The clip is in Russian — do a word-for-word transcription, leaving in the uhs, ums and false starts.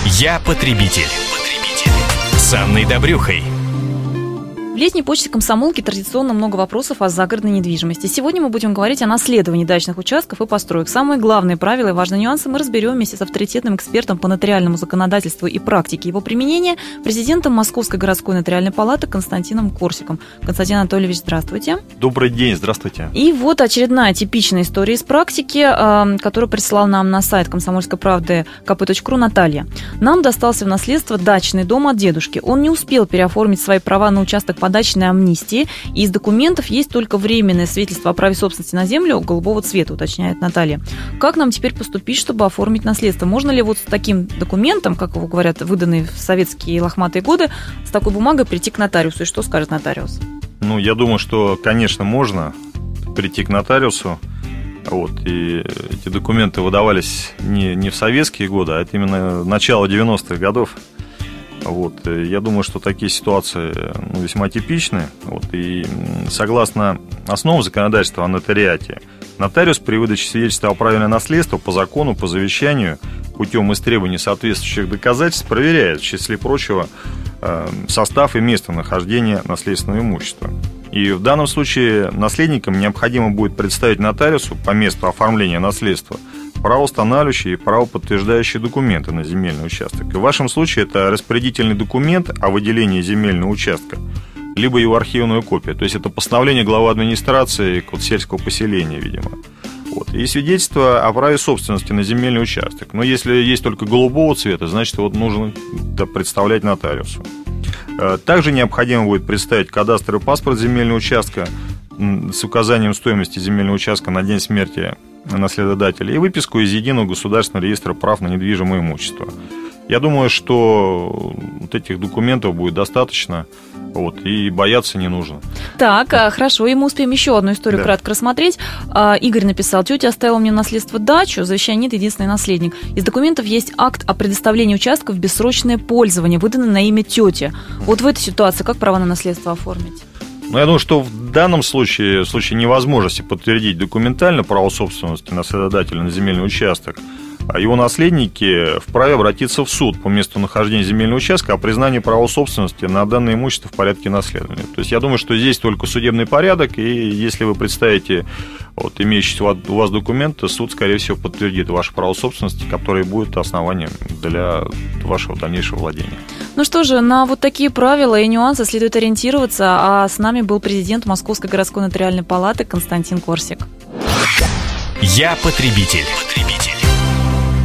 Я потребитель. потребитель. С Анной Добрюхой. В летней почте «Комсомолки» традиционно много вопросов о загородной недвижимости. Сегодня мы будем говорить о наследовании дачных участков и построек. Самые главные правила и важные нюансы мы разберем вместе с авторитетным экспертом по нотариальному законодательству и практике его применения, президентом Московской городской нотариальной палаты Константином Корсиком. Константин Анатольевич, здравствуйте. Добрый день, здравствуйте. И вот очередная типичная история из практики, которую прислал нам на сайт комсомольской правды ка пэ точка ру Наталья. Нам достался в наследство дачный дом от дедушки. Он не успел переоформить свои права на участок по дачной амнистии, и из документов есть только временное свидетельство о праве собственности на землю голубого цвета, уточняет Наталья. Как нам теперь поступить, чтобы оформить наследство? Можно ли вот с таким документом, как его говорят, выданный в советские лохматые годы, с такой бумагой прийти к нотариусу? И что скажет нотариус? Ну, я думаю, что, конечно, можно прийти к нотариусу. Вот, и эти документы выдавались не, не в советские годы, а это именно начало девяностых годов. Вот, я думаю, что такие ситуации ну, весьма типичны. Вот, и согласно основам законодательства о нотариате, нотариус при выдаче свидетельства о праве на наследство по закону, по завещанию, путем истребования соответствующих доказательств проверяет, в числе прочего, состав и местонахождение наследственного имущества. И в данном случае наследникам необходимо будет представить нотариусу по месту оформления наследства правоустанавливающие и правоподтверждающие документы на земельный участок. И в вашем случае это распорядительный документ о выделении земельного участка, либо его архивную копию. То есть это постановление главы администрации сельского поселения, видимо. Вот. И свидетельство о праве собственности на земельный участок. Но если есть только голубого цвета, значит, вот нужно это представлять нотариусу. Также необходимо будет представить кадастровый паспорт земельного участка с указанием стоимости земельного участка на день смерти наследодателя и выписку из Единого государственного реестра прав на недвижимое имущество. Я думаю, что вот этих документов будет достаточно, вот, и бояться не нужно. Так, хорошо, и мы успеем еще одну историю да. кратко рассмотреть. Игорь написал: тетя оставила мне наследство дачу, завещания нет, единственный наследник. Из документов есть акт о предоставлении участка в бессрочное пользование, выданный на имя тети. Вот в этой ситуации как права на наследство оформить? Ну, я думаю, что в данном случае, в случае невозможности подтвердить документально право собственности наследодателя на земельный участок, его наследники вправе обратиться в суд по месту нахождения земельного участка о признании права собственности на данное имущество в порядке наследования. То есть я думаю, что здесь только судебный порядок, и если вы представите вот, имеющиеся у вас документы, суд, скорее всего, подтвердит ваше право собственности, которое будет основанием для вашего дальнейшего владения. Ну что же, на вот такие правила и нюансы следует ориентироваться, а с нами был президент Московской городской нотариальной палаты Константин Корсик. Я потребитель.